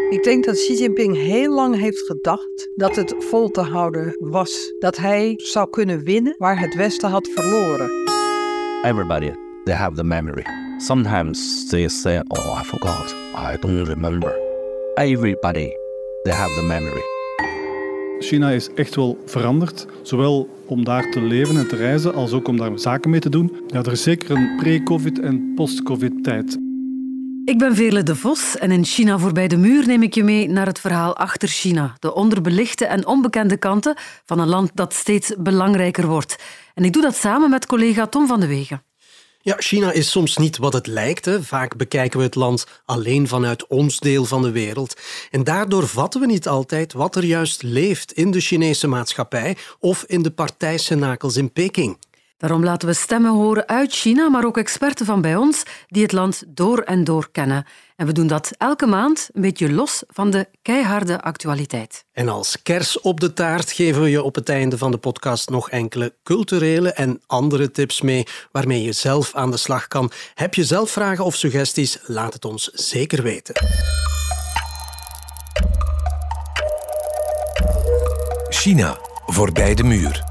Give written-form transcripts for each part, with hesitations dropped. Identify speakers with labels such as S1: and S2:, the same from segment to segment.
S1: Ik denk dat Xi Jinping heel lang heeft gedacht dat het vol te houden was. Dat hij zou kunnen winnen waar het Westen had verloren.
S2: Everybody, they have the memory. Sometimes they say, oh, I forgot. I don't remember. Everybody, they have the memory.
S3: China is echt wel veranderd, zowel om daar te leven en te reizen, als ook om daar zaken mee te doen. Ja, er is zeker een pre-covid en post-covid tijd.
S4: Ik ben Veerle de Vos en in China voorbij de muur neem ik je mee naar het verhaal achter China. De onderbelichte en onbekende kanten van een land dat steeds belangrijker wordt. En ik doe dat samen met collega Tom van de Wegen.
S5: Ja, China is soms niet wat het lijkt. Hè. Vaak bekijken we het land alleen vanuit ons deel van de wereld. En daardoor vatten we niet altijd wat er juist leeft in de Chinese maatschappij of in de partijcenakels in Peking.
S4: Daarom laten we stemmen horen uit China, maar ook experten van bij ons die het land door en door kennen. En we doen dat elke maand een beetje los van de keiharde actualiteit.
S5: En als kers op de taart geven we je op het einde van de podcast nog enkele culturele en andere tips mee waarmee je zelf aan de slag kan. Heb je zelf vragen of suggesties? Laat het ons zeker weten.
S6: China, voorbij de muur.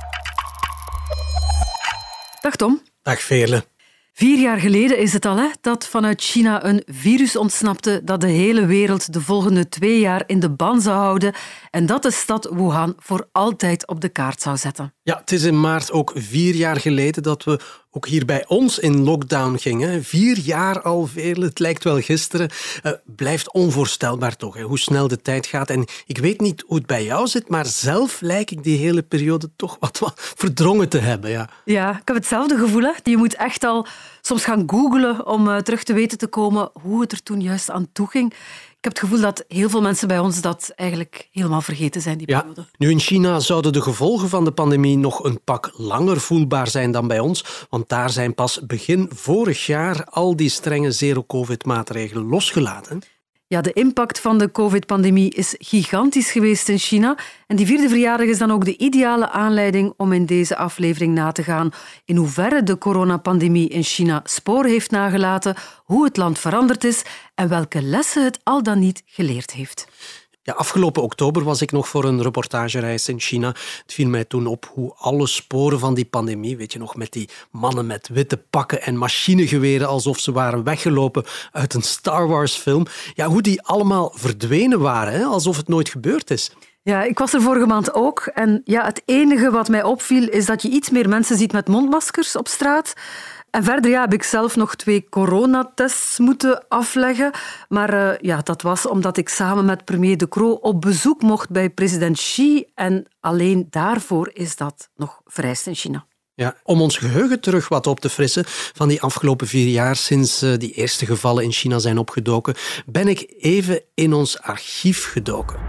S4: Dag Tom.
S5: Dag Veerle.
S4: 4 jaar geleden is het al dat vanuit China een virus ontsnapte dat de hele wereld de volgende 2 jaar in de ban zou houden en dat de stad Wuhan voor altijd op de kaart zou zetten.
S5: Ja, het is in maart ook 4 jaar geleden dat we ook hier bij ons in lockdown gingen. 4 jaar al, Veerle, het lijkt wel gisteren. Blijft onvoorstelbaar toch, hoe snel de tijd gaat. En ik weet niet hoe het bij jou zit, maar zelf lijk ik die hele periode toch wat verdrongen te hebben.
S4: Ja, ik heb hetzelfde gevoel. Je moet echt al soms gaan googlen om terug te weten te komen hoe het er toen juist aan toe ging. Ik heb het gevoel dat heel veel mensen bij ons dat eigenlijk helemaal vergeten zijn, die periode.
S5: Ja, nu in China zouden de gevolgen van de pandemie nog een pak langer voelbaar zijn dan bij ons, want daar zijn pas begin vorig jaar al die strenge zero-covid-maatregelen losgelaten.
S4: Ja, de impact van de covid-pandemie is gigantisch geweest in China. En die 4e verjaardag is dan ook de ideale aanleiding om in deze aflevering na te gaan in hoeverre de coronapandemie in China sporen heeft nagelaten, hoe het land veranderd is en welke lessen het al dan niet geleerd heeft.
S5: Ja, afgelopen oktober was ik nog voor een reportagereis in China. Het viel mij toen op hoe alle sporen van die pandemie, weet je nog, met die mannen met witte pakken en machinegeweren alsof ze waren weggelopen uit een Star Wars film, ja, hoe die allemaal verdwenen waren, alsof het nooit gebeurd is.
S4: Ja, ik was er vorige maand ook. En ja, het enige wat mij opviel is dat je iets meer mensen ziet met mondmaskers op straat. En verder heb ik zelf nog 2 coronatests moeten afleggen. Maar dat was omdat ik samen met premier De Croo op bezoek mocht bij president Xi. En alleen daarvoor is dat nog vereist in China.
S5: Ja, om ons geheugen terug wat op te frissen van die afgelopen 4 jaar sinds die eerste gevallen in China zijn opgedoken, ben ik even in ons archief gedoken.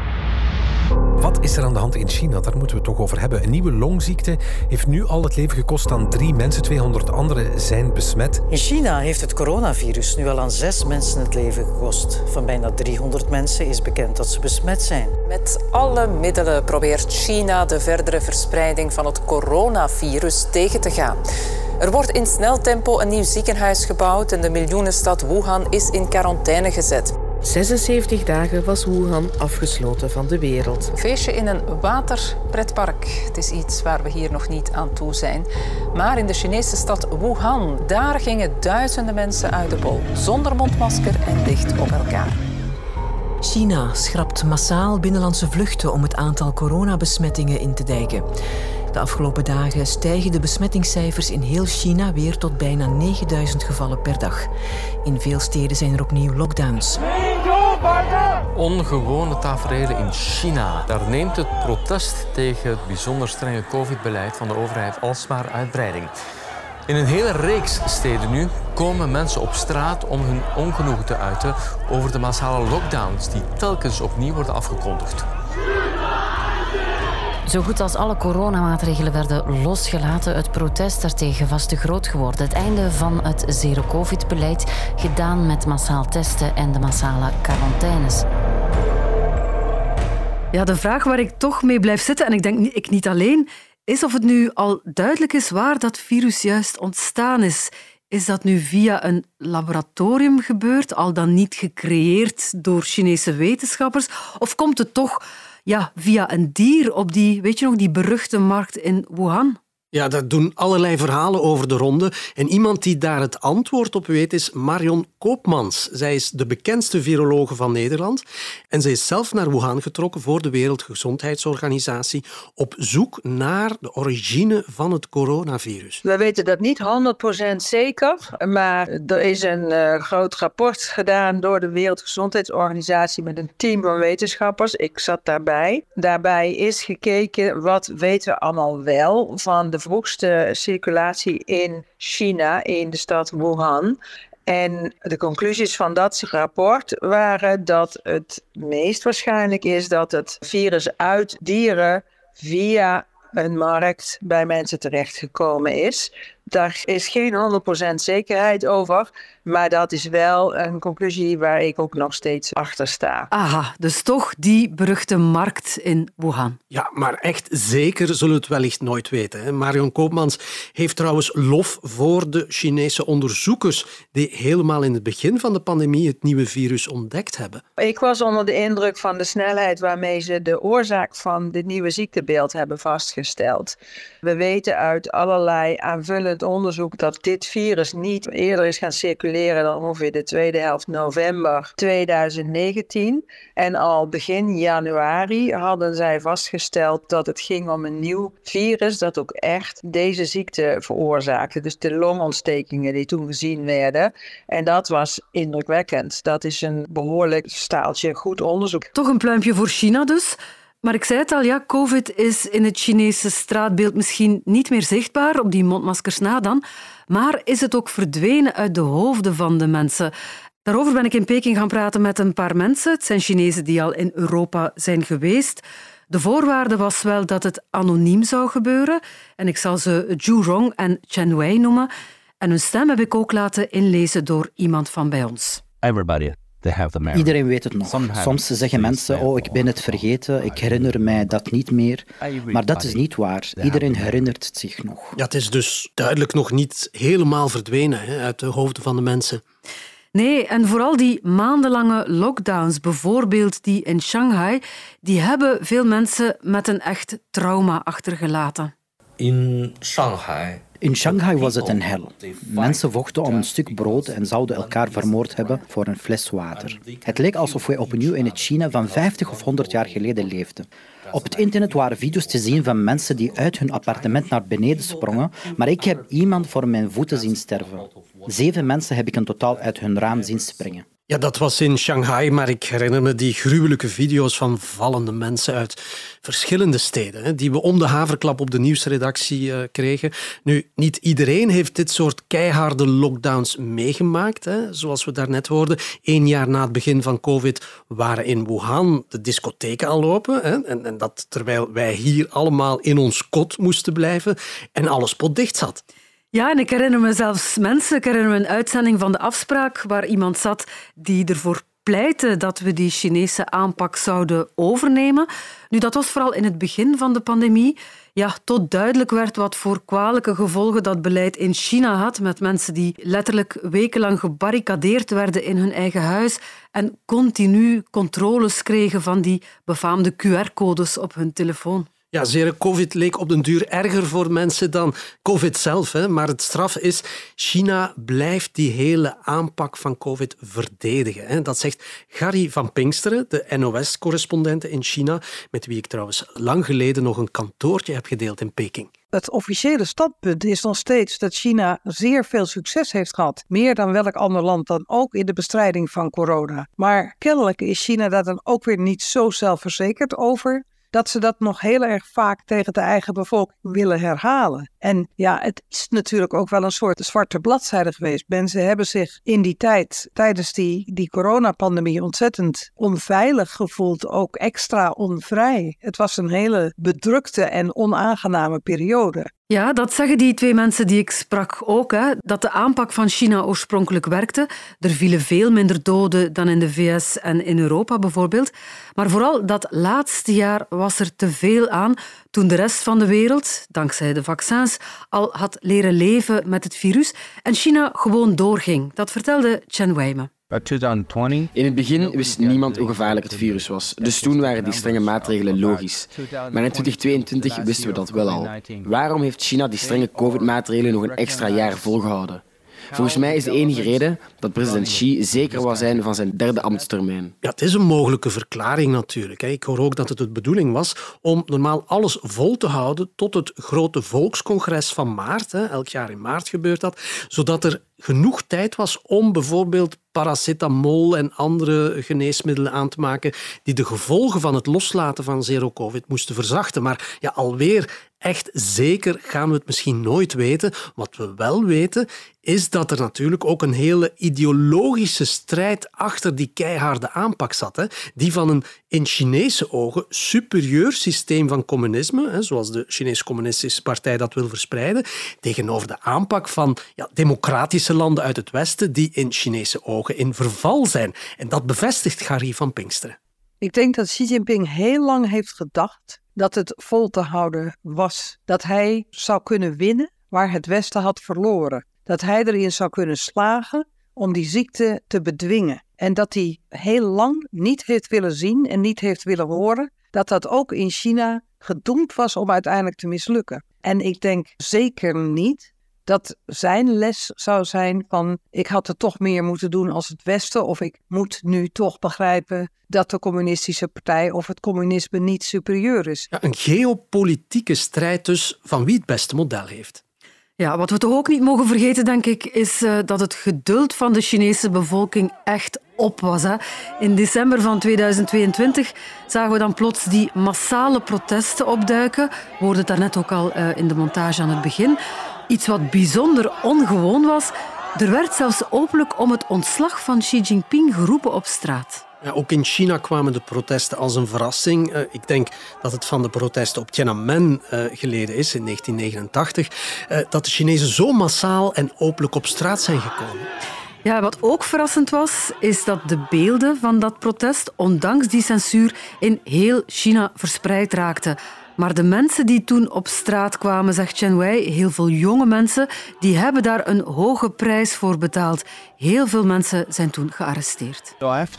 S6: Wat is er aan de hand in China? Daar moeten we het toch over hebben. Een nieuwe longziekte heeft nu al het leven gekost aan 3 mensen. 200 anderen zijn besmet.
S7: In China heeft het coronavirus nu al aan 6 mensen het leven gekost. Van bijna 300 mensen is bekend dat ze besmet zijn.
S8: Met alle middelen probeert China de verdere verspreiding van het coronavirus tegen te gaan. Er wordt in snel tempo een nieuw ziekenhuis gebouwd en de miljoenenstad Wuhan is in quarantaine gezet.
S9: 76 dagen was Wuhan afgesloten van de wereld.
S8: Een feestje in een waterpretpark. Het is iets waar we hier nog niet aan toe zijn. Maar in de Chinese stad Wuhan, daar gingen duizenden mensen uit de bol. Zonder mondmasker en dicht op elkaar.
S10: China schrapt massaal binnenlandse vluchten om het aantal coronabesmettingen in te dijken. De afgelopen dagen stijgen de besmettingscijfers in heel China weer tot bijna 9000 gevallen per dag. In veel steden zijn er opnieuw lockdowns.
S11: Ongewone taferelen in China. Daar neemt het protest tegen het bijzonder strenge covid-beleid van de overheid alsmaar uitbreiding. In een hele reeks steden nu komen mensen op straat om hun ongenoegen te uiten over de massale lockdowns die telkens opnieuw worden afgekondigd.
S12: Zo goed als alle coronamaatregelen werden losgelaten. Het protest daartegen was te groot geworden. Het einde van het zero-covid-beleid, gedaan met massaal testen en de massale quarantaines.
S4: Ja, de vraag waar ik toch mee blijf zitten, en ik denk ik niet alleen, is of het nu al duidelijk is waar dat virus juist ontstaan is. Is dat nu via een laboratorium gebeurd, al dan niet gecreëerd door Chinese wetenschappers? Of komt het toch via een dier op die, weet je nog, die beruchte markt in Wuhan?
S5: Ja, daar doen allerlei verhalen over de ronde. En iemand die daar het antwoord op weet is Marion Koopmans. Zij is de bekendste virologe van Nederland. En zij is zelf naar Wuhan getrokken voor de Wereldgezondheidsorganisatie op zoek naar de origine van het coronavirus.
S1: We weten dat niet 100% zeker, maar er is een groot rapport gedaan door de Wereldgezondheidsorganisatie met een team van wetenschappers. Ik zat daarbij. Daarbij is gekeken wat weten we allemaal wel van de vroegste circulatie in China, in de stad Wuhan. En de conclusies van dat rapport waren dat het meest waarschijnlijk is dat het virus uit dieren via een markt bij mensen terechtgekomen is. Daar is geen 100% zekerheid over, maar dat is wel een conclusie waar ik ook nog steeds achter sta.
S4: Aha, dus toch die beruchte markt in Wuhan.
S5: Ja, maar echt zeker zullen we het wellicht nooit weten. Hè? Marion Koopmans heeft trouwens lof voor de Chinese onderzoekers die helemaal in het begin van de pandemie het nieuwe virus ontdekt hebben.
S1: Ik was onder de indruk van de snelheid waarmee ze de oorzaak van dit nieuwe ziektebeeld hebben vastgesteld. We weten uit allerlei aanvullend onderzoek dat dit virus niet eerder is gaan circuleren dan ongeveer de tweede helft november 2019. En al begin januari hadden zij vastgesteld dat het ging om een nieuw virus dat ook echt deze ziekte veroorzaakte. Dus de longontstekingen die toen gezien werden. En dat was indrukwekkend. Dat is een behoorlijk staaltje goed onderzoek.
S4: Toch een pluimpje voor China dus. Maar ik zei het al, COVID is in het Chinese straatbeeld misschien niet meer zichtbaar, op die mondmaskers na dan, maar is het ook verdwenen uit de hoofden van de mensen. Daarover ben ik in Peking gaan praten met een paar mensen. Het zijn Chinezen die al in Europa zijn geweest. De voorwaarde was wel dat het anoniem zou gebeuren. En ik zal ze Zhu Rong en Chen Wei noemen. En hun stem heb ik ook laten inlezen door iemand van bij ons.
S2: Everybody.
S13: Iedereen weet het nog. Soms zeggen mensen, ik ben het vergeten, ik herinner mij dat niet meer. Maar dat is niet waar. Iedereen herinnert het zich nog.
S5: Ja, het is dus duidelijk nog niet helemaal verdwenen uit de hoofden van de mensen.
S4: Nee, en vooral die maandenlange lockdowns, bijvoorbeeld die in Shanghai, die hebben veel mensen met een echt trauma achtergelaten.
S13: In Shanghai was het een hel. Mensen vochten om een stuk brood en zouden elkaar vermoord hebben voor een fles water. Het leek alsof we opnieuw in het China van 50 of 100 jaar geleden leefden. Op het internet waren video's te zien van mensen die uit hun appartement naar beneden sprongen, maar ik heb iemand voor mijn voeten zien sterven. 7 mensen heb ik in totaal uit hun raam zien springen.
S5: Ja, dat was in Shanghai, maar ik herinner me die gruwelijke video's van vallende mensen uit verschillende steden, die we om de haverklap op de nieuwsredactie kregen. Nu, niet iedereen heeft dit soort keiharde lockdowns meegemaakt. Zoals we daarnet hoorden, 1 jaar na het begin van COVID waren in Wuhan de discotheken al open. En dat terwijl wij hier allemaal in ons kot moesten blijven en alles potdicht zat.
S4: Ja, en ik herinner me zelfs mensen. Ik herinner me een uitzending van De Afspraak waar iemand zat die ervoor pleitte dat we die Chinese aanpak zouden overnemen. Nu, dat was vooral in het begin van de pandemie. Ja, tot duidelijk werd wat voor kwalijke gevolgen dat beleid in China had, met mensen die letterlijk wekenlang gebarricadeerd werden in hun eigen huis en continu controles kregen van die befaamde QR-codes op hun telefoon.
S5: Ja, zere COVID leek op den duur erger voor mensen dan COVID zelf. Maar het straf is, China blijft die hele aanpak van COVID verdedigen. Dat zegt Gary van Pinksteren, de NOS-correspondente in China, met wie ik trouwens lang geleden nog een kantoortje heb gedeeld in Peking.
S1: Het officiële standpunt is nog steeds dat China zeer veel succes heeft gehad. Meer dan welk ander land dan ook in de bestrijding van corona. Maar kennelijk is China daar dan ook weer niet zo zelfverzekerd over dat ze dat nog heel erg vaak tegen de eigen bevolking willen herhalen. En ja, het is natuurlijk ook wel een soort zwarte bladzijde geweest. Mensen hebben zich in die tijd, tijdens die coronapandemie, ontzettend onveilig gevoeld. Ook extra onvrij. Het was een hele bedrukte en onaangename periode.
S4: Ja, dat zeggen die 2 mensen die ik sprak ook, hè, dat de aanpak van China oorspronkelijk werkte. Er vielen veel minder doden dan in de VS en in Europa bijvoorbeeld. Maar vooral dat laatste jaar was er te veel aan toen de rest van de wereld, dankzij de vaccins, al had leren leven met het virus en China gewoon doorging. Dat vertelde Chen Weime.
S14: In het begin wist niemand hoe gevaarlijk het virus was, dus toen waren die strenge maatregelen logisch. Maar in 2022 wisten we dat wel al. Waarom heeft China die strenge COVID-maatregelen nog een extra jaar volgehouden? Volgens mij is de enige reden dat president Xi zeker wou zijn van zijn 3e ambtstermijn.
S5: Ja, het is een mogelijke verklaring natuurlijk. Ik hoor ook dat het de bedoeling was om normaal alles vol te houden tot het grote volkscongres van maart. Elk jaar in maart gebeurt dat. Zodat er genoeg tijd was om bijvoorbeeld paracetamol en andere geneesmiddelen aan te maken die de gevolgen van het loslaten van zero-covid moesten verzachten. Maar ja, alweer echt zeker gaan we het misschien nooit weten. Wat we wel weten is dat er natuurlijk ook een hele ideologische strijd achter die keiharde aanpak zat. Die van een in Chinese ogen superieur systeem van communisme, zoals de Chinese Communistische Partij dat wil verspreiden, tegenover de aanpak van democratische landen uit het Westen die in Chinese ogen in verval zijn. En dat bevestigt Gary van Pinksteren.
S1: Ik denk dat Xi Jinping heel lang heeft gedacht dat het vol te houden was. Dat hij zou kunnen winnen waar het Westen had verloren. Dat hij erin zou kunnen slagen om die ziekte te bedwingen. En dat hij heel lang niet heeft willen zien en niet heeft willen horen dat dat ook in China gedoemd was om uiteindelijk te mislukken. En ik denk zeker niet dat zijn les zou zijn van ik had er toch meer moeten doen als het Westen of ik moet nu toch begrijpen dat de communistische partij of het communisme niet superieur is.
S5: Ja, een geopolitieke strijd dus van wie het beste model heeft.
S4: Ja, wat we toch ook niet mogen vergeten, denk ik, is dat het geduld van de Chinese bevolking echt op was. Hè. In december van 2022 zagen we dan plots die massale protesten opduiken. We hoorden het daarnet ook al in de montage aan het begin. Iets wat bijzonder ongewoon was. Er werd zelfs openlijk om het ontslag van Xi Jinping geroepen op straat.
S5: Ja, ook in China kwamen de protesten als een verrassing. Ik denk dat het van de protesten op Tiananmen geleden is, in 1989, dat de Chinezen zo massaal en openlijk op straat zijn gekomen.
S4: Ja, wat ook verrassend was, is dat de beelden van dat protest, ondanks die censuur, in heel China verspreid raakten. Maar de mensen die toen op straat kwamen, zegt Chen Wei, heel veel jonge mensen, die hebben daar een hoge prijs voor betaald. Heel veel mensen zijn toen gearresteerd.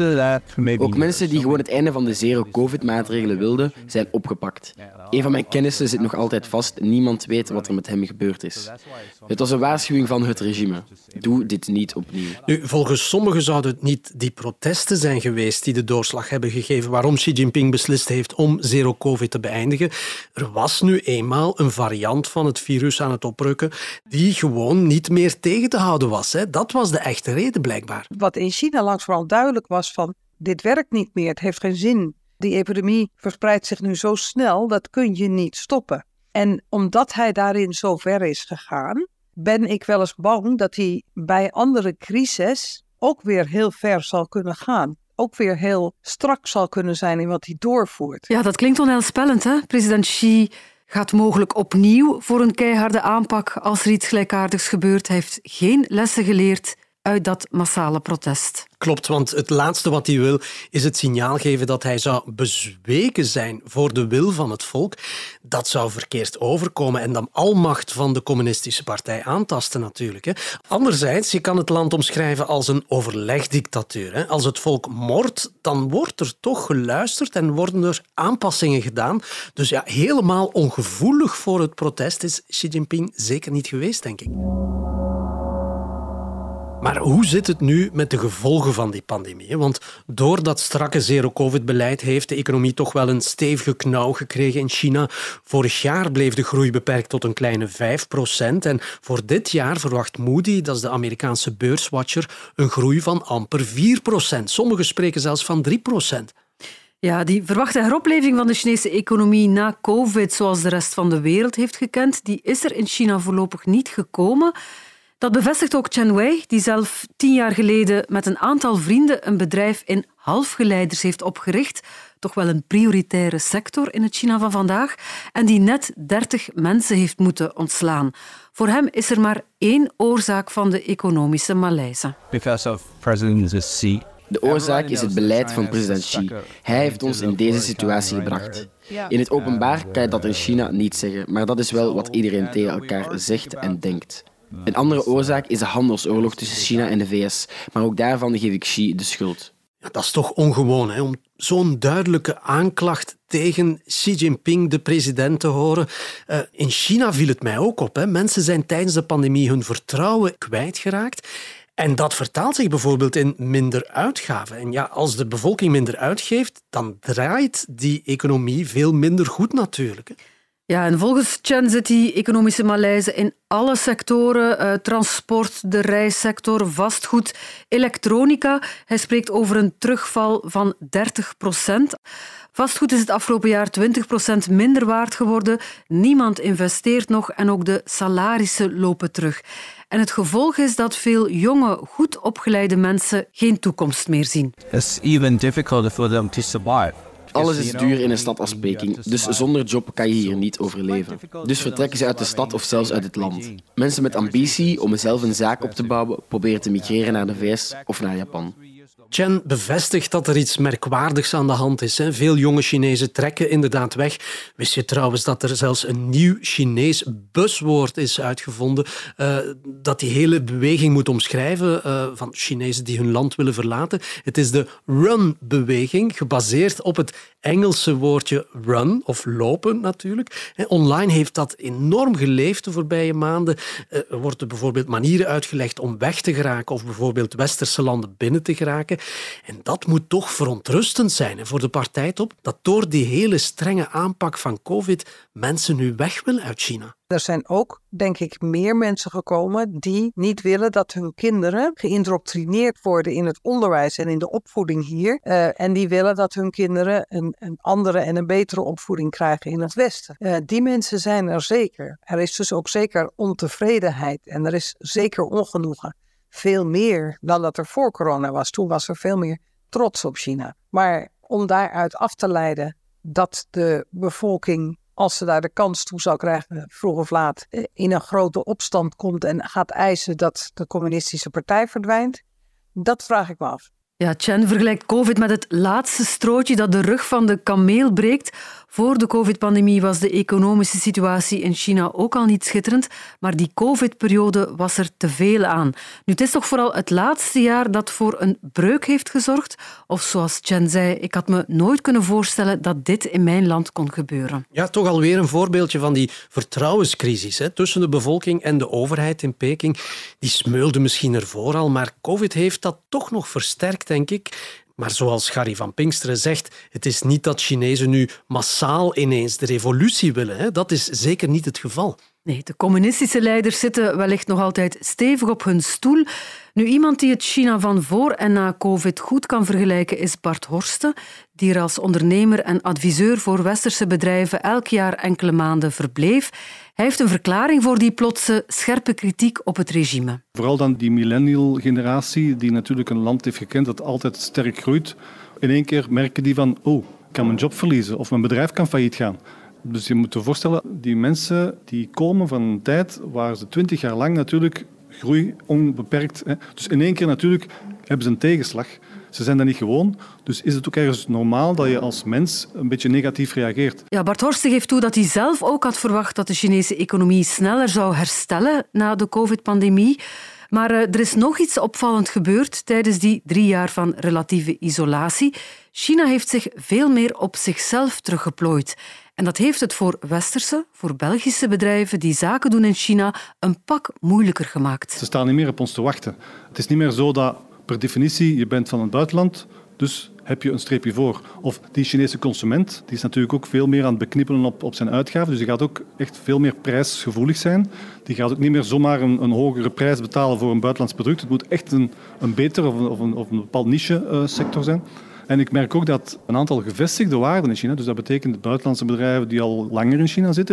S14: Ook mensen die gewoon het einde van de zero-covid-maatregelen wilden, zijn opgepakt. Een van mijn kennissen zit nog altijd vast. Niemand weet wat er met hem gebeurd is. Het was een waarschuwing van het regime. Doe dit niet opnieuw.
S5: Nu, volgens sommigen zouden het niet die protesten zijn geweest die de doorslag hebben gegeven waarom Xi Jinping beslist heeft om zero-covid te beëindigen. Er was nu eenmaal een variant van het virus aan het oprukken die gewoon niet meer tegen te houden was. Dat was de echte reden blijkbaar.
S1: Wat in China langzamerhand duidelijk was van dit werkt niet meer, het heeft geen zin. Die epidemie verspreidt zich nu zo snel, dat kun je niet stoppen. En omdat hij daarin zo ver is gegaan, ben ik wel eens bang dat hij bij andere crises ook weer heel ver zal kunnen gaan. Ook weer heel strak zal kunnen zijn in wat hij doorvoert.
S4: Ja, dat klinkt onheilspellend, hè? President Xi gaat mogelijk opnieuw voor een keiharde aanpak als er iets gelijkaardigs gebeurt. Hij heeft geen lessen geleerd uit dat massale protest.
S5: Klopt, want het laatste wat hij wil is het signaal geven dat hij zou bezweken zijn voor de wil van het volk. Dat zou verkeerd overkomen en de almacht van de communistische partij aantasten natuurlijk. Anderzijds, je kan het land omschrijven als een overlegdictatuur. Als het volk mordt, dan wordt er toch geluisterd en worden er aanpassingen gedaan. Dus ja, helemaal ongevoelig voor het protest is Xi Jinping zeker niet geweest, denk ik. Maar hoe zit het nu met de gevolgen van die pandemie? Want door dat strakke zero-covid-beleid heeft de economie toch wel een stevige knauw gekregen in China. Vorig jaar bleef de groei beperkt tot een kleine 5%. En voor dit jaar verwacht Moody, dat is de Amerikaanse beurswatcher, een groei van amper 4%. Sommigen spreken zelfs van 3%.
S4: Ja, die verwachte heropleving van de Chinese economie na COVID, zoals de rest van de wereld heeft gekend, die is er in China voorlopig niet gekomen. Dat bevestigt ook Chen Wei, die zelf 10 jaar geleden met een aantal vrienden een bedrijf in halfgeleiders heeft opgericht. Toch wel een prioritaire sector in het China van vandaag. En die net 30 mensen heeft moeten ontslaan. Voor hem is er maar één oorzaak van de economische malaise.
S2: Because of President Xi.
S14: De oorzaak is het beleid van president Xi. Hij heeft ons in deze situatie gebracht. In het openbaar kan je dat in China niet zeggen, maar dat is wel wat iedereen tegen elkaar zegt en denkt. Een andere oorzaak is de handelsoorlog tussen China en de VS, maar ook daarvan geef ik Xi de schuld.
S5: Ja, dat is toch ongewoon, hè? Om zo'n duidelijke aanklacht tegen Xi Jinping, de president, te horen. In China viel het mij ook op. Hè? Mensen zijn tijdens de pandemie hun vertrouwen kwijtgeraakt. En dat vertaalt zich bijvoorbeeld in minder uitgaven. En ja, als de bevolking minder uitgeeft, dan draait die economie veel minder goed natuurlijk. Hè?
S4: Ja, en volgens Chen zit die economische malaise in alle sectoren. Transport, de reissector, vastgoed, elektronica. Hij spreekt over een terugval van 30%. Vastgoed is het afgelopen jaar 20% minder waard geworden. Niemand investeert nog en ook de salarissen lopen terug. En het gevolg is dat veel jonge, goed opgeleide mensen geen toekomst meer zien.
S2: It's even difficult for them to survive.
S14: Alles is duur in een stad als Peking, dus zonder job kan je hier niet overleven. Dus vertrekken ze uit de stad of zelfs uit het land. Mensen met ambitie om zelf een zaak op te bouwen proberen te migreren naar de VS of naar Japan.
S5: Chen bevestigt dat er iets merkwaardigs aan de hand is. Veel jonge Chinezen trekken inderdaad weg. Wist je trouwens dat er zelfs een nieuw Chinees buswoord is uitgevonden dat die hele beweging moet omschrijven van Chinezen die hun land willen verlaten? Het is de run-beweging, gebaseerd op het Engelse woordje run, of lopen natuurlijk. Online heeft dat enorm geleefd de voorbije maanden. Er worden bijvoorbeeld manieren uitgelegd om weg te geraken of bijvoorbeeld westerse landen binnen te geraken. En dat moet toch verontrustend zijn voor de partijtop, dat door die hele strenge aanpak van COVID mensen nu weg willen uit China.
S1: Er zijn ook, denk ik, meer mensen gekomen die niet willen dat hun kinderen geïndoctrineerd worden in het onderwijs en in de opvoeding hier. En die willen dat hun kinderen een andere en een betere opvoeding krijgen in het Westen. Die mensen zijn er zeker. Er is dus ook zeker ontevredenheid en er is zeker ongenoegen. Veel meer dan dat er voor corona was. Toen was er veel meer trots op China. Maar om daaruit af te leiden dat de bevolking, als ze daar de kans toe zou krijgen, vroeg of laat, in een grote opstand komt en gaat eisen dat de communistische partij verdwijnt, dat vraag ik me af.
S4: Ja, Chen vergelijkt COVID met het laatste strootje dat de rug van de kameel breekt. Voor de COVID-pandemie was de economische situatie in China ook al niet schitterend, maar die COVID-periode was er te veel aan. Nu, het is toch vooral het laatste jaar dat voor een breuk heeft gezorgd? Of zoals Chen zei, ik had me nooit kunnen voorstellen dat dit in mijn land kon gebeuren.
S5: Ja, toch alweer een voorbeeldje van die vertrouwenscrisis tussen de bevolking en de overheid in Peking. Die smeulde misschien ervoor al, maar COVID heeft dat toch nog versterkt, denk ik. Maar zoals Gary van Pinksteren zegt, het is niet dat Chinezen nu massaal ineens de revolutie willen. Dat is zeker niet het geval.
S4: Nee, de communistische leiders zitten wellicht nog altijd stevig op hun stoel. Nu, iemand die het China van voor en na COVID goed kan vergelijken is Bart Horsten, die er als ondernemer en adviseur voor westerse bedrijven elk jaar enkele maanden verbleef. Hij heeft een verklaring voor die plotse scherpe kritiek op het regime.
S3: Vooral dan die millennial-generatie, die natuurlijk een land heeft gekend dat altijd sterk groeit. In één keer merken die van, ik kan mijn job verliezen of mijn bedrijf kan failliet gaan. Dus je moet je voorstellen, die mensen die komen van een tijd waar ze 20 jaar lang natuurlijk groei onbeperkt. Dus in één keer natuurlijk hebben ze een tegenslag. Ze zijn dat niet gewoon, dus is het ook ergens normaal dat je als mens een beetje negatief reageert.
S4: Ja, Bart Horsten geeft toe dat hij zelf ook had verwacht dat de Chinese economie sneller zou herstellen na de COVID-pandemie. Maar er is nog iets opvallend gebeurd tijdens die 3 jaar van relatieve isolatie. China heeft zich veel meer op zichzelf teruggeplooid. En dat heeft het voor westerse, voor Belgische bedrijven die zaken doen in China een pak moeilijker gemaakt.
S3: Ze staan niet meer op ons te wachten. Het is niet meer zo dat per definitie je bent van het buitenland, dus heb je een streepje voor. Of die Chinese consument, die is natuurlijk ook veel meer aan het beknippelen op zijn uitgaven. Dus die gaat ook echt veel meer prijsgevoelig zijn. Die gaat ook niet meer zomaar een hogere prijs betalen voor een buitenlands product. Het moet echt een betere of een bepaald niche-sector zijn. En ik merk ook dat een aantal gevestigde waarden in China, dus dat betekent de buitenlandse bedrijven die al langer in China zitten,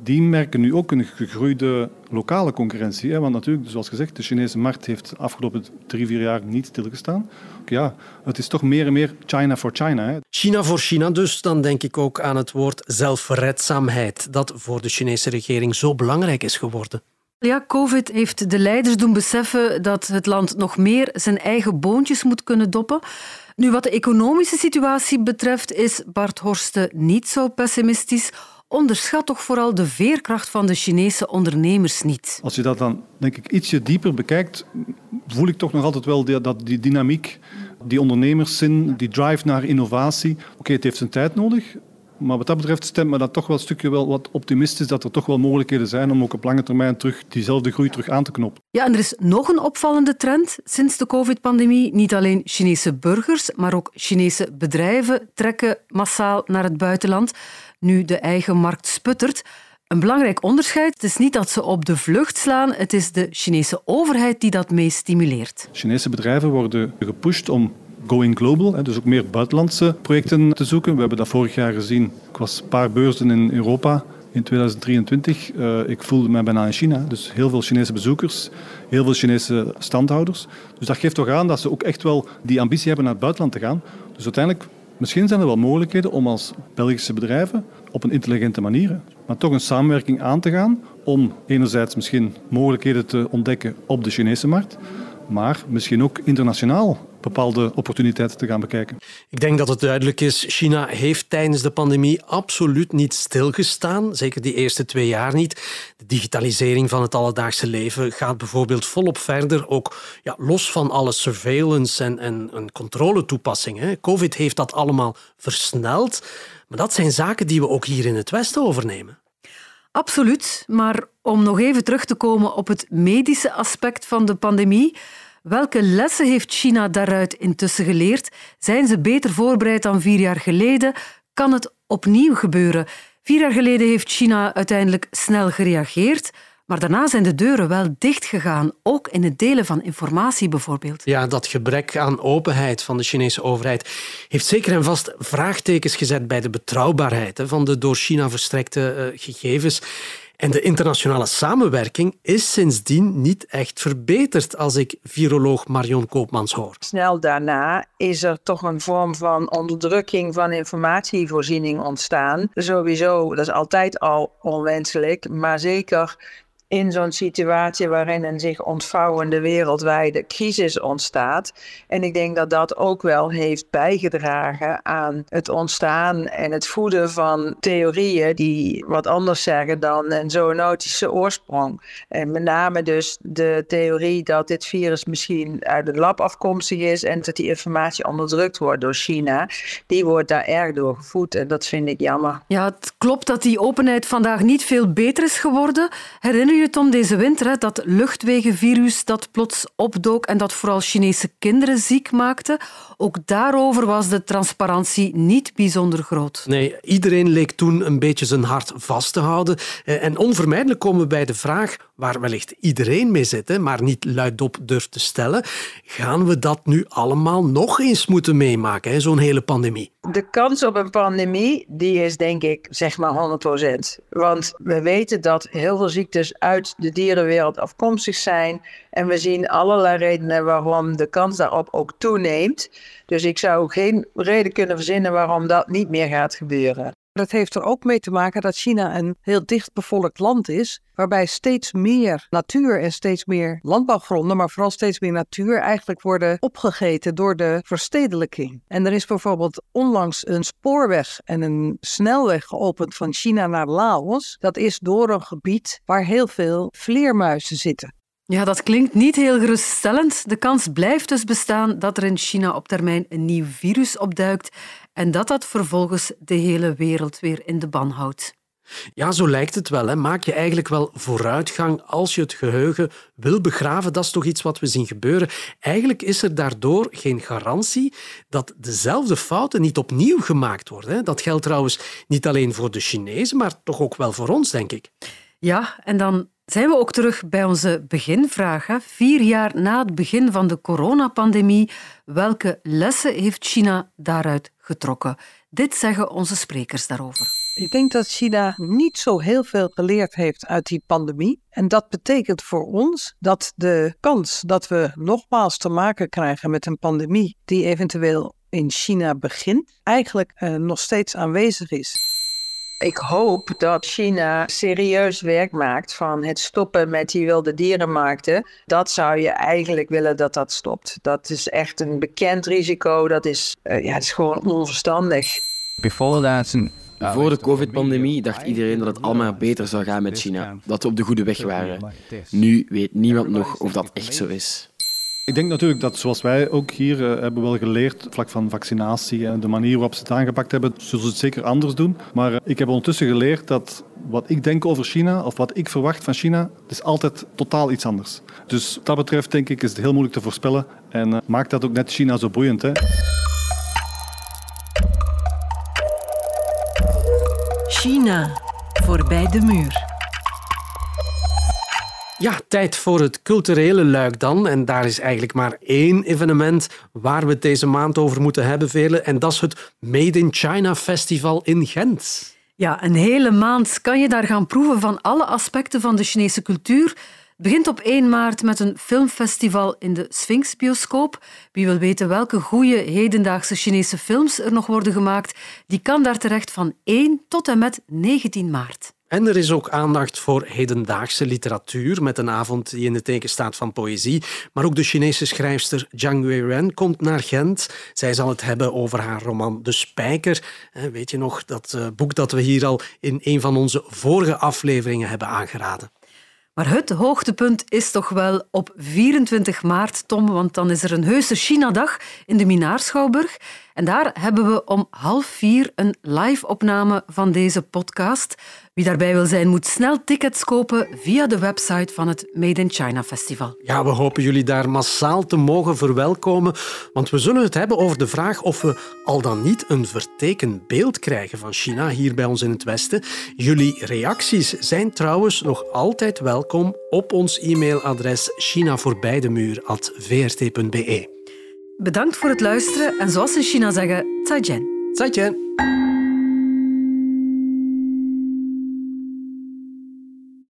S3: die merken nu ook een gegroeide lokale concurrentie. Hè? Want natuurlijk, zoals gezegd, de Chinese markt heeft de afgelopen 3-4 jaar niet stilgestaan. Ja, het is toch meer en meer China for China. Hè?
S5: China voor China dus, dan denk ik ook aan het woord zelfredzaamheid, dat voor de Chinese regering zo belangrijk is geworden.
S4: Ja, COVID heeft de leiders doen beseffen dat het land nog meer zijn eigen boontjes moet kunnen doppen. Nu, wat de economische situatie betreft, is Bart Horste niet zo pessimistisch. Onderschat toch vooral de veerkracht van de Chinese ondernemers niet.
S3: Als je dat dan, denk ik, ietsje dieper bekijkt, voel ik toch nog altijd wel die dynamiek, die ondernemerszin, die drive naar innovatie. Oké, het heeft zijn tijd nodig. Maar wat dat betreft stemt me dat toch wel een stukje wel wat optimistisch dat er toch wel mogelijkheden zijn om ook op lange termijn diezelfde groei terug aan te knoppen.
S4: Ja, en er is nog een opvallende trend sinds de COVID-pandemie. Niet alleen Chinese burgers, maar ook Chinese bedrijven trekken massaal naar het buitenland. Nu de eigen markt sputtert. Een belangrijk onderscheid, het is niet dat ze op de vlucht slaan, het is de Chinese overheid die dat mee stimuleert.
S3: Chinese bedrijven worden gepusht om going global, dus ook meer buitenlandse projecten te zoeken. We hebben dat vorig jaar gezien. Ik was een paar beurzen in Europa in 2023. Ik voelde mij bijna in China. Dus heel veel Chinese bezoekers, heel veel Chinese standhouders. Dus dat geeft toch aan dat ze ook echt wel die ambitie hebben naar het buitenland te gaan. Dus uiteindelijk, misschien zijn er wel mogelijkheden om als Belgische bedrijven op een intelligente manier, maar toch een samenwerking aan te gaan om enerzijds misschien mogelijkheden te ontdekken op de Chinese markt, maar misschien ook internationaal bepaalde opportuniteiten te gaan bekijken.
S5: Ik denk dat het duidelijk is, China heeft tijdens de pandemie absoluut niet stilgestaan. Zeker die eerste 2 jaar niet. De digitalisering van het alledaagse leven gaat bijvoorbeeld volop verder. Ook los van alle surveillance en controletoepassingen. COVID heeft dat allemaal versneld. Maar dat zijn zaken die we ook hier in het Westen overnemen.
S4: Absoluut, maar om nog even terug te komen op het medische aspect van de pandemie. Welke lessen heeft China daaruit intussen geleerd? Zijn ze beter voorbereid dan 4 jaar geleden? Kan het opnieuw gebeuren? 4 jaar geleden heeft China uiteindelijk snel gereageerd, maar daarna zijn de deuren wel dichtgegaan, ook in het delen van informatie bijvoorbeeld. Ja,
S5: dat gebrek aan openheid van de Chinese overheid heeft zeker en vast vraagtekens gezet bij de betrouwbaarheid van de door China verstrekte gegevens. En de internationale samenwerking is sindsdien niet echt verbeterd, als ik viroloog Marion Koopmans hoor.
S1: Snel daarna is er toch een vorm van onderdrukking van informatievoorziening ontstaan. Sowieso, dat is altijd al onwenselijk, maar zeker in zo'n situatie waarin een zich ontvouwende wereldwijde crisis ontstaat. En ik denk dat dat ook wel heeft bijgedragen aan het ontstaan en het voeden van theorieën die wat anders zeggen dan een zoonotische oorsprong. En met name dus de theorie dat dit virus misschien uit het lab afkomstig is en dat die informatie onderdrukt wordt door China, die wordt daar erg door gevoed en dat vind ik jammer.
S4: Ja, het klopt dat die openheid vandaag niet veel beter is geworden. Herinner je Tom, deze winter, dat luchtwegenvirus dat plots opdook en dat vooral Chinese kinderen ziek maakte. Ook daarover was de transparantie niet bijzonder groot.
S5: Nee, iedereen leek toen een beetje zijn hart vast te houden. En onvermijdelijk komen we bij de vraag waar wellicht iedereen mee zit, maar niet luidop durft te stellen. Gaan we dat nu allemaal nog eens moeten meemaken, zo'n hele pandemie?
S1: De kans op een pandemie, die is denk ik zeg maar 100%. Want we weten dat heel veel ziektes uit de dierenwereld afkomstig zijn. En we zien allerlei redenen waarom de kans daarop ook toeneemt. Dus ik zou geen reden kunnen verzinnen waarom dat niet meer gaat gebeuren.
S15: Dat heeft er ook mee te maken dat China een heel dichtbevolkt land is, waarbij steeds meer natuur en steeds meer landbouwgronden, maar vooral steeds meer natuur eigenlijk worden opgegeten door de verstedelijking. En er is bijvoorbeeld onlangs een spoorweg en een snelweg geopend van China naar Laos. Dat is door een gebied waar heel veel vleermuizen zitten.
S4: Ja, dat klinkt niet heel geruststellend. De kans blijft dus bestaan dat er in China op termijn een nieuw virus opduikt en dat vervolgens de hele wereld weer in de ban houdt.
S5: Ja, zo lijkt het wel. Maak je eigenlijk wel vooruitgang als je het geheugen wil begraven? Dat is toch iets wat we zien gebeuren. Eigenlijk is er daardoor geen garantie dat dezelfde fouten niet opnieuw gemaakt worden. Dat geldt trouwens niet alleen voor de Chinezen, maar toch ook wel voor ons, denk ik.
S4: Ja, en dan zijn we ook terug bij onze beginvraag. 4 jaar na het begin van de coronapandemie, welke lessen heeft China daaruit getrokken? Dit zeggen onze sprekers daarover.
S15: Ik denk dat China niet zo heel veel geleerd heeft uit die pandemie. En dat betekent voor ons dat de kans dat we nogmaals te maken krijgen met een pandemie die eventueel in China begint, eigenlijk nog steeds aanwezig is.
S1: Ik hoop dat China serieus werk maakt van het stoppen met die wilde dierenmarkten. Dat zou je eigenlijk willen dat dat stopt. Dat is echt een bekend risico. Dat is, het is gewoon onverstandig.
S14: Voor de COVID-pandemie dacht iedereen dat het allemaal beter zou gaan met China. Dat we op de goede weg waren. Nu weet niemand nog of dat echt zo is.
S3: Ik denk natuurlijk dat, zoals wij ook hier hebben wel geleerd, op het vlak van vaccinatie en de manier waarop ze het aangepakt hebben, zullen ze het zeker anders doen. Maar ik heb ondertussen geleerd dat wat ik denk over China, of wat ik verwacht van China, is altijd totaal iets anders. Dus wat dat betreft, denk ik, is het heel moeilijk te voorspellen. En maakt dat ook net China zo boeiend, hè?
S10: China, voorbij de muur.
S5: Ja, tijd voor het culturele luik dan. En daar is eigenlijk maar één evenement waar we het deze maand over moeten hebben, Veerle. En dat is het Made in China Festival in Gent.
S4: Ja, een hele maand kan je daar gaan proeven van alle aspecten van de Chinese cultuur. Het begint op 1 maart met een filmfestival in de Sphinx-bioscoop. Wie wil weten welke goede hedendaagse Chinese films er nog worden gemaakt, die kan daar terecht van 1 tot en met 19 maart.
S5: En er is ook aandacht voor hedendaagse literatuur met een avond die in het teken staat van poëzie. Maar ook de Chinese schrijfster Zhang Weiren komt naar Gent. Zij zal het hebben over haar roman De Spijker. Weet je nog, dat boek dat we hier al in een van onze vorige afleveringen hebben aangeraden.
S4: Maar het hoogtepunt is toch wel op 24 maart, Tom, want dan is er een heuse China-dag in de Minaar-schouwburg. En daar hebben we om 3:30 een live-opname van deze podcast. Wie daarbij wil zijn, moet snel tickets kopen via de website van het Made in China Festival.
S5: Ja, we hopen jullie daar massaal te mogen verwelkomen, want we zullen het hebben over de vraag of we al dan niet een vertekend beeld krijgen van China hier bij ons in het Westen. Jullie reacties zijn trouwens nog altijd welkom op ons e-mailadres chinavoorbijdemuur@vrt.be.
S4: Bedankt voor het luisteren en zoals ze in China zeggen, 再见.
S5: 再见.